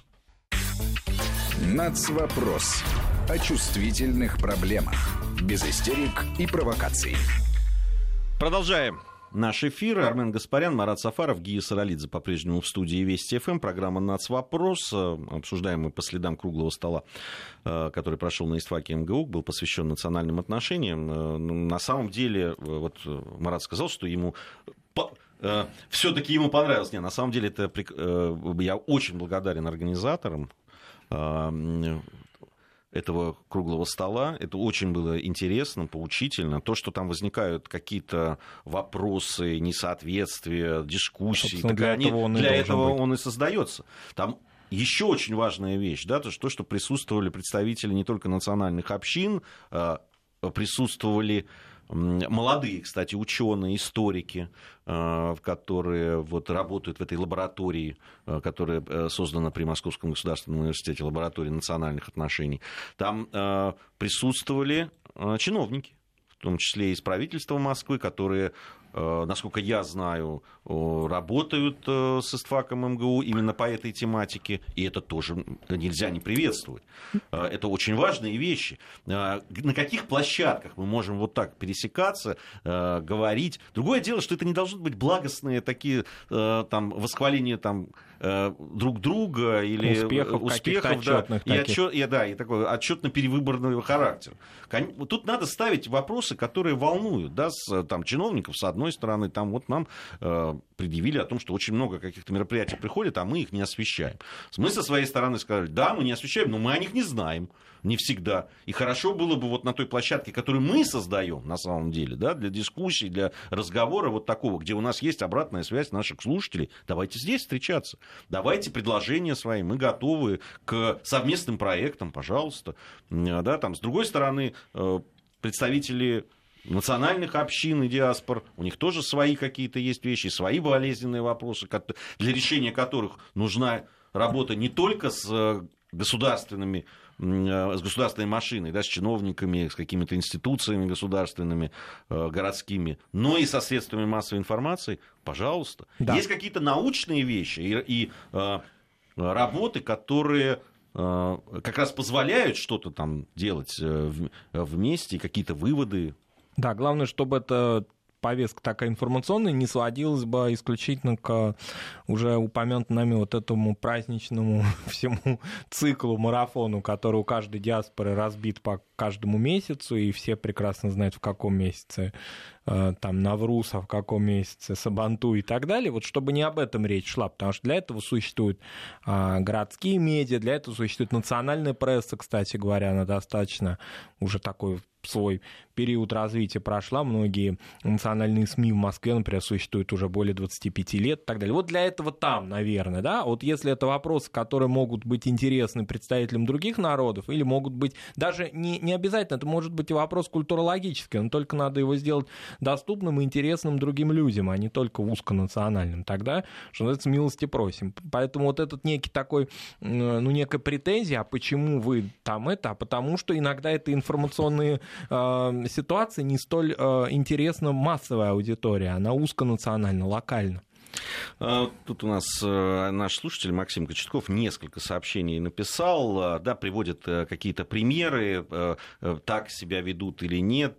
[SPEAKER 5] Нацвопрос. О чувствительных проблемах. Без истерик и провокаций.
[SPEAKER 1] Продолжаем наш эфир. Армен Гаспарян, Марат Сафаров, Гия Саралидзе по-прежнему в студии Вести ФМ. Программа «Нацвопрос». Обсуждаем мы по следам круглого стола, который прошел на ИСТФАКе МГУ, был посвящен национальным отношениям. На самом деле, вот Марат сказал, что ему... все-таки ему понравилось. Не, на самом деле, это я очень благодарен организаторам этого круглого стола. Это очень было интересно, поучительно. То, что там возникают какие-то вопросы, несоответствия, дискуссии, так
[SPEAKER 2] для
[SPEAKER 1] они,
[SPEAKER 2] этого, он,
[SPEAKER 1] для
[SPEAKER 2] и
[SPEAKER 1] этого он и создается. Там еще очень важная вещь, да, то, что присутствовали представители не только национальных общин, присутствовали молодые, кстати, ученые, историки, которые вот работают в этой лаборатории, которая создана при Московском государственном университете, лаборатории национальных отношений. Там присутствовали чиновники, в том числе из правительства Москвы, которые, насколько я знаю, работают с ИСТФАКом МГУ именно по этой тематике, и это тоже нельзя не приветствовать. Это очень важные вещи. На каких площадках мы можем вот так пересекаться, говорить? Другое дело, что это не должны быть благостные такие там, восхваления там, друг друга или
[SPEAKER 2] успехов,
[SPEAKER 1] успехов да, и, отчет, и, да, и такой отчетно-перевыборного характера. Тут надо ставить вопросы, которые волнуют, да, с, там, чиновников, с одной стороны, там вот нам э, предъявили о том, что очень много каких-то мероприятий приходит, а мы их не освещаем. Мы со своей стороны сказали, да, мы не освещаем, но мы о них не знаем. Не всегда. И хорошо было бы вот на той площадке, которую мы создаем на самом деле, да, для дискуссий, для разговора вот такого, где у нас есть обратная связь наших слушателей, давайте здесь встречаться. Давайте предложения свои, мы готовы к совместным проектам, пожалуйста. Да, там, с другой стороны, представители национальных общин и диаспор, у них тоже свои какие-то есть вещи, свои болезненные вопросы, для решения которых нужна работа не только с государственными, с государственной машиной, да, с чиновниками, с какими-то институциями государственными, городскими, но и со средствами массовой информации, пожалуйста. Да. Есть какие-то научные вещи и, и э, работы, которые э, как раз позволяют что-то там делать э, вместе, какие-то выводы.
[SPEAKER 2] Да, главное, чтобы это... повестка такая информационная не сводилась бы исключительно к уже упомянутому нами вот этому праздничному всему циклу, марафону, который у каждой диаспоры разбит по каждому месяцу, и все прекрасно знают, в каком месяце там Навруз, а в каком месяце Сабантуй и так далее, вот чтобы не об этом речь шла, потому что для этого существуют а, городские медиа, для этого существует национальная пресса, кстати говоря, она достаточно уже такой свой период развития прошла, многие национальные СМИ в Москве, например, существуют уже более двадцати пяти лет и так далее. Вот для этого там, наверное, да, вот если это вопросы, которые могут быть интересны представителям других народов, или могут быть, даже не, не обязательно, это может быть и вопрос культурологический, но только надо его сделать доступным и интересным другим людям, а не только узконациональным. Тогда, что называется, милости просим. Поэтому вот этот некий такой, ну, некая претензия, а почему вы там это, а потому что иногда это информационные э, ситуации не столь э, интересна массовая аудитория, она узконациональна, локальна.
[SPEAKER 1] Тут у нас наш слушатель Максим Кочетков несколько сообщений написал, да, приводит какие-то примеры, так себя ведут или нет,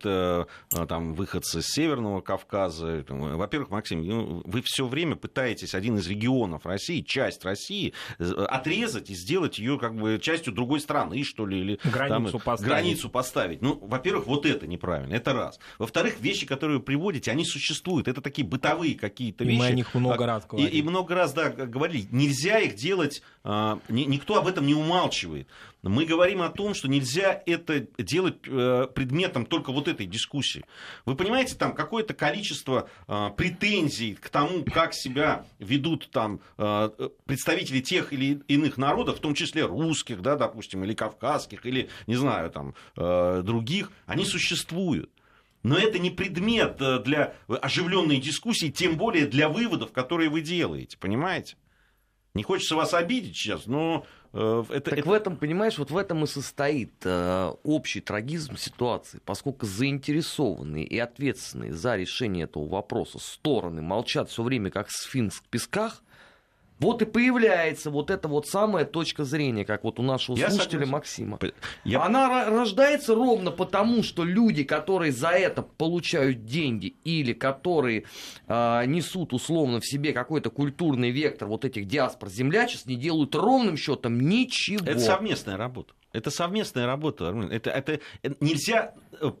[SPEAKER 1] там, выходцы с Северного Кавказа. Во-первых, Максим, вы все время пытаетесь один из регионов России, часть России, отрезать и сделать ее как бы частью другой страны, что ли, или
[SPEAKER 2] границу,
[SPEAKER 1] там,
[SPEAKER 2] поставить.
[SPEAKER 1] границу поставить. Ну, во-первых, вот это неправильно, это раз. Во-вторых, вещи, которые вы приводите, они существуют, это такие бытовые какие-то
[SPEAKER 2] и
[SPEAKER 1] вещи.
[SPEAKER 2] Мы о них много раз говорили.
[SPEAKER 1] И, и много раз, да, говорили, нельзя их делать, а, ни, никто об этом не умалчивает. Мы говорим о том, что нельзя это делать а, предметом только вот этой дискуссии. Вы понимаете, там какое-то количество а, претензий к тому, как себя ведут там а, представители тех или иных народов, в том числе русских, да, допустим, или кавказских, или, не знаю, там, а, других, они существуют. Но это не предмет для оживленной дискуссии, тем более для выводов, которые вы делаете, понимаете? Не хочется вас обидеть сейчас, но э, это...
[SPEAKER 3] Так
[SPEAKER 1] это...
[SPEAKER 3] в этом, понимаешь, вот в этом и состоит э, общий трагизм ситуации, поскольку заинтересованные и ответственные за решение этого вопроса стороны молчат все время, как сфинкс в песках. Вот и появляется вот эта вот самая точка зрения, как вот у нашего
[SPEAKER 1] Я
[SPEAKER 3] слушателя
[SPEAKER 1] согласен.
[SPEAKER 3] Максима.
[SPEAKER 1] Я...
[SPEAKER 3] Она рождается ровно потому, что люди, которые за это получают деньги или которые э, несут условно в себе какой-то культурный вектор вот этих диаспор землячеств, не делают ровным счетом ничего.
[SPEAKER 1] Это совместная работа. Это совместная работа. Это, это, это нельзя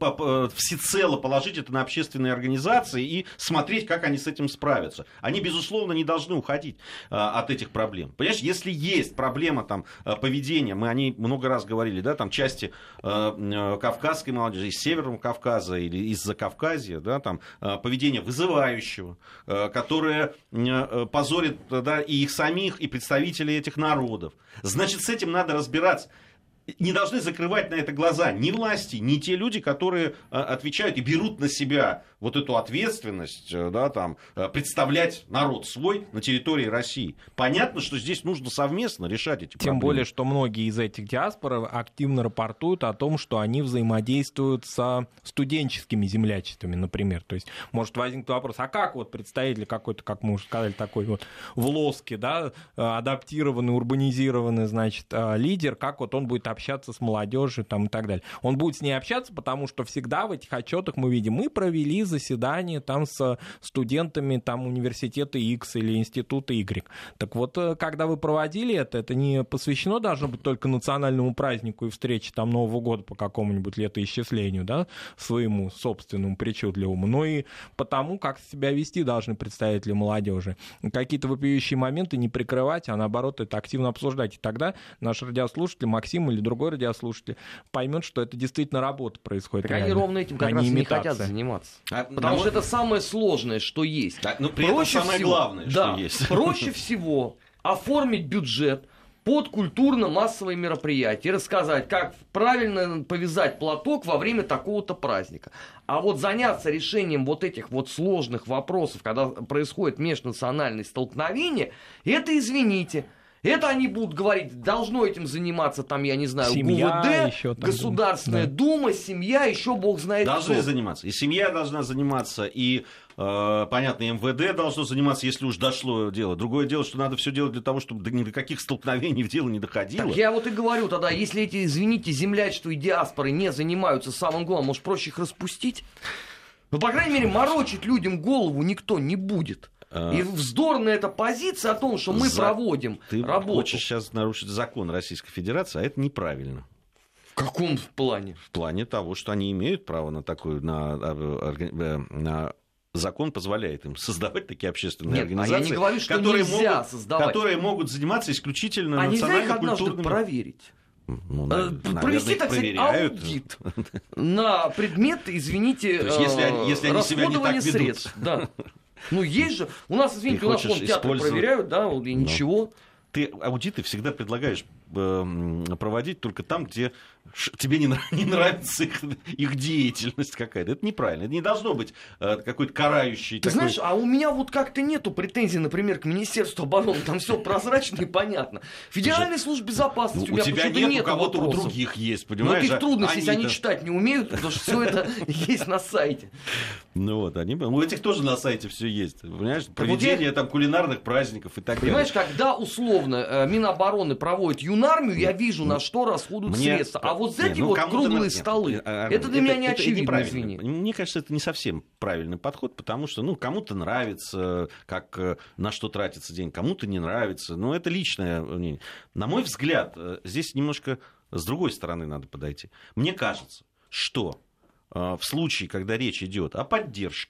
[SPEAKER 1] всецело положить это на общественные организации и смотреть, как они с этим справятся. Они, безусловно, не должны уходить а, от этих проблем. Понимаешь, если есть проблема там, поведения, мы о ней много раз говорили, да, там части а, кавказской молодежи, из Северного Кавказа или из Закавказья, да, там, а, поведение вызывающего, а, которое а, позорит, да, и их самих, и представителей этих народов. Значит, с этим надо разбираться. Не должны закрывать на это глаза ни власти, ни те люди, которые отвечают и берут на себя вот эту ответственность, да, там, представлять народ свой на территории России. Понятно, что здесь нужно совместно решать эти проблемы.
[SPEAKER 2] Тем более, что многие из этих диаспор активно рапортуют о том, что они взаимодействуют со студенческими землячествами, например. То есть может возникнуть вопрос, а как вот представитель какой-то, как мы уже сказали, такой вот в лоске, да, адаптированный, урбанизированный, значит, лидер, как вот он будет общаться с молодежью там, и так далее. Он будет с ней общаться, потому что всегда в этих отчетах мы видим, мы провели заседание там с студентами там, университета X или института Y. Так вот, когда вы проводили это, это не посвящено должно быть только национальному празднику и встрече там, Нового года по какому-нибудь летоисчислению, да, своему собственному причудливому, но и потому, как себя вести должны представители молодежи. Какие-то вопиющие моменты не прикрывать, а наоборот это активно обсуждать. И тогда наш радиослушатель Максим или другой радиослушатель поймет, что это действительно работа происходит.
[SPEAKER 3] Так они ровно этим как
[SPEAKER 2] а
[SPEAKER 3] раз
[SPEAKER 2] не
[SPEAKER 3] и не
[SPEAKER 2] имитация.
[SPEAKER 3] хотят заниматься.
[SPEAKER 1] А,
[SPEAKER 3] Потому что
[SPEAKER 1] мой...
[SPEAKER 3] это самое сложное, что есть.
[SPEAKER 1] Да, но при
[SPEAKER 3] проще
[SPEAKER 1] этом самое
[SPEAKER 3] всего,
[SPEAKER 1] главное,
[SPEAKER 3] да,
[SPEAKER 1] что есть.
[SPEAKER 3] Проще всего оформить бюджет под культурно-массовые мероприятия и рассказать, как правильно повязать платок во время такого-то праздника. А вот заняться решением вот этих вот сложных вопросов, когда происходит межнациональное столкновение, это, извините, это они будут говорить, должно этим заниматься, там, я не знаю,
[SPEAKER 2] семья,
[SPEAKER 3] ГУВД,
[SPEAKER 2] еще там,
[SPEAKER 3] Государственная
[SPEAKER 2] да.
[SPEAKER 3] Дума, семья, еще бог знает
[SPEAKER 1] Должны
[SPEAKER 3] кто.
[SPEAKER 1] заниматься. И семья должна заниматься, и, э, понятно, эм вэ дэ должно заниматься, если уж дошло дело. Другое дело, что надо все делать для того, чтобы ни до каких столкновений в дело не доходило.
[SPEAKER 3] Так я вот и говорю тогда, если эти, извините, землячества и диаспоры не занимаются самым главным, может, проще их распустить? Ну, по крайней мере, морочить людям голову никто не будет. И вздорная эта позиция о том, что мы За... проводим
[SPEAKER 1] Ты
[SPEAKER 3] работу.
[SPEAKER 1] Ты хочешь сейчас нарушить закон Российской Федерации, а это неправильно.
[SPEAKER 3] В каком плане?
[SPEAKER 1] В плане того, что они имеют право на такую... На, на... Закон позволяет им создавать такие общественные
[SPEAKER 3] Нет,
[SPEAKER 1] организации,
[SPEAKER 3] а я не говорю, что
[SPEAKER 1] которые,
[SPEAKER 3] нельзя
[SPEAKER 1] могут,
[SPEAKER 3] создавать.
[SPEAKER 1] которые могут заниматься исключительно
[SPEAKER 3] а национально-культурными... А нельзя их однажды проверить?
[SPEAKER 1] Ну, наверное,
[SPEAKER 3] провести, так сказать, аудит на предмет, извините,
[SPEAKER 1] То есть, если они, если они себя не так ведут.
[SPEAKER 3] Средств. Да. Ну, есть же. У нас, извините, у нас вон театры проверяют, да, и ничего.
[SPEAKER 1] Ты аудиты всегда предлагаешь проводить только там, где тебе не, не нравится их, их деятельность какая-то. Это неправильно. Это не должно быть какой-то карающий...
[SPEAKER 3] Ты
[SPEAKER 1] такой...
[SPEAKER 3] знаешь, а у меня вот как-то нету претензий, например, к Министерству обороны. Там все прозрачно и понятно. Федеральная служба безопасности.
[SPEAKER 1] Ну,
[SPEAKER 3] у,
[SPEAKER 1] у тебя нет,
[SPEAKER 3] нет
[SPEAKER 1] у кого-то у
[SPEAKER 3] вопросов.
[SPEAKER 1] других есть, понимаешь?
[SPEAKER 3] Но это их трудность, если они
[SPEAKER 1] -то...
[SPEAKER 3] читать не умеют, потому что все это есть на сайте.
[SPEAKER 1] Ну вот, они... У этих тоже на сайте все есть. Понимаешь? Проведение там кулинарных праздников и так далее.
[SPEAKER 3] Понимаешь, когда условно Минобороны проводит юнармию, я вижу, на что расходуют
[SPEAKER 1] Мне...
[SPEAKER 3] средства. А вот
[SPEAKER 1] Нет,
[SPEAKER 3] эти
[SPEAKER 1] ну,
[SPEAKER 3] вот круглые
[SPEAKER 1] нет,
[SPEAKER 3] столы,
[SPEAKER 1] нет,
[SPEAKER 3] это для
[SPEAKER 1] это,
[SPEAKER 3] меня не
[SPEAKER 1] это,
[SPEAKER 3] очевидно,
[SPEAKER 1] это
[SPEAKER 3] извини.
[SPEAKER 1] Мне кажется, это не совсем правильный подход, потому что ну, кому-то нравится, как, на что тратится день, кому-то не нравится. Но это личное мнение. На мой взгляд, здесь немножко с другой стороны надо подойти. Мне кажется, что в случае, когда речь идет о поддержке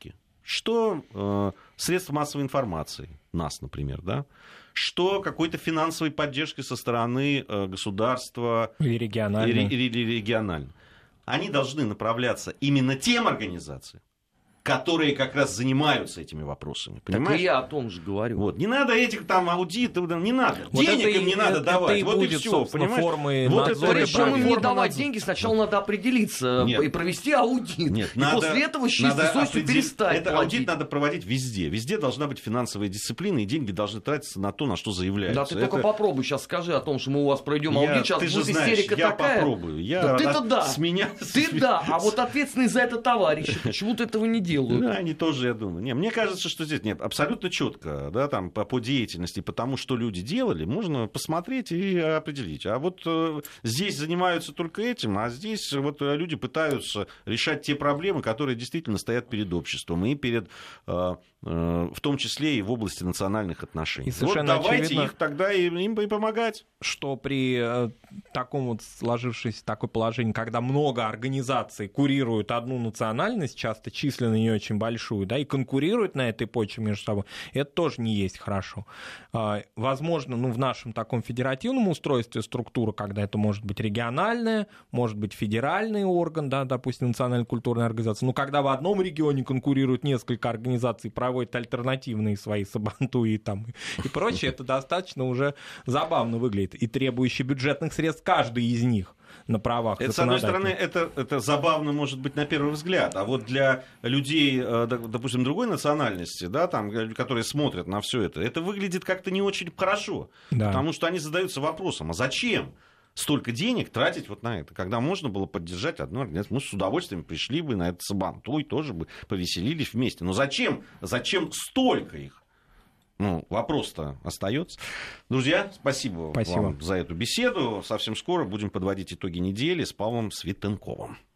[SPEAKER 1] что э, средства массовой информации, нас, например, да, что какой-то финансовой поддержкой со стороны э, государства
[SPEAKER 2] или региональной.
[SPEAKER 1] Или, или региональной. Они должны направляться именно тем организациям, которые как раз занимаются этими вопросами. Понимаешь?
[SPEAKER 3] Так и я о том же говорю.
[SPEAKER 1] Вот. Не надо этих там аудитов, не надо.
[SPEAKER 2] Вот
[SPEAKER 1] Денег им не надо
[SPEAKER 2] это
[SPEAKER 1] давать.
[SPEAKER 2] И
[SPEAKER 1] вот
[SPEAKER 2] будет,
[SPEAKER 1] и все, понимаешь?
[SPEAKER 2] Формы
[SPEAKER 1] вот
[SPEAKER 2] надзора,
[SPEAKER 1] это
[SPEAKER 3] Прежде чем им не
[SPEAKER 2] форма
[SPEAKER 3] давать
[SPEAKER 2] надзора.
[SPEAKER 3] деньги, сначала надо определиться
[SPEAKER 1] Нет.
[SPEAKER 3] и провести аудит.
[SPEAKER 1] Нет,
[SPEAKER 3] и
[SPEAKER 1] надо,
[SPEAKER 3] после этого с чистой
[SPEAKER 1] надо
[SPEAKER 3] совестью
[SPEAKER 1] определ-
[SPEAKER 3] перестать
[SPEAKER 1] это
[SPEAKER 3] платить.
[SPEAKER 1] аудит надо проводить везде. Везде должна быть финансовая дисциплина, и деньги должны тратиться на то, на что заявляется.
[SPEAKER 3] Да ты
[SPEAKER 1] это...
[SPEAKER 3] только попробуй сейчас скажи о том, что мы у вас пройдем
[SPEAKER 1] Я-
[SPEAKER 3] аудит, сейчас
[SPEAKER 1] ты же
[SPEAKER 3] будет
[SPEAKER 1] знаешь,
[SPEAKER 3] истерика
[SPEAKER 1] я
[SPEAKER 3] такая.
[SPEAKER 1] попробую. Я...
[SPEAKER 3] Да ты-то да.
[SPEAKER 1] С меня...
[SPEAKER 3] Ты да, а вот ответственный за это товарищи почему-то этого не делают.
[SPEAKER 1] Да, они тоже, я думаю. Не, мне кажется, что здесь нет, абсолютно четко, да, там, по, по деятельности, по тому, что люди делали, можно посмотреть и определить. А вот э, здесь занимаются только этим, а здесь вот люди пытаются решать те проблемы, которые действительно стоят перед обществом и перед, э, э, в том числе и в области национальных отношений.
[SPEAKER 2] И совершенно
[SPEAKER 1] вот давайте
[SPEAKER 2] очевидно,
[SPEAKER 1] их тогда и, им и помогать.
[SPEAKER 2] Что при э, таком вот сложившемся такое положении, когда много организаций курируют одну национальность, часто численно не очень большую, да, и конкурируют на этой почве между собой, это тоже не есть хорошо. Э, возможно, ну, в нашем таком федеративном устройстве структура, когда это может быть региональная, может быть федеральный орган, да, допустим, национальная культурная организация, но когда в одном регионе конкурируют несколько организаций, проводят альтернативные свои сабантуи там, и прочее, это достаточно уже забавно выглядит. И требующий бюджетных средств каждый из них на правах
[SPEAKER 1] Это, с одной
[SPEAKER 2] законодателя.
[SPEAKER 1] стороны, это, это забавно, может быть, на первый взгляд, а вот для людей, допустим, другой национальности, да, там, которые смотрят на все это, это выглядит как-то не очень хорошо,
[SPEAKER 2] Да.
[SPEAKER 1] потому что они задаются вопросом, а зачем столько денег тратить вот на это, когда можно было поддержать одну организацию? Мы с удовольствием пришли бы на этот сабантуй, тоже бы повеселились вместе. Но зачем? Зачем столько их? Ну, вопрос-то остается. Друзья, спасибо,
[SPEAKER 2] Спасибо
[SPEAKER 1] вам за эту беседу. Совсем скоро будем подводить итоги недели с Павлом Светенковым.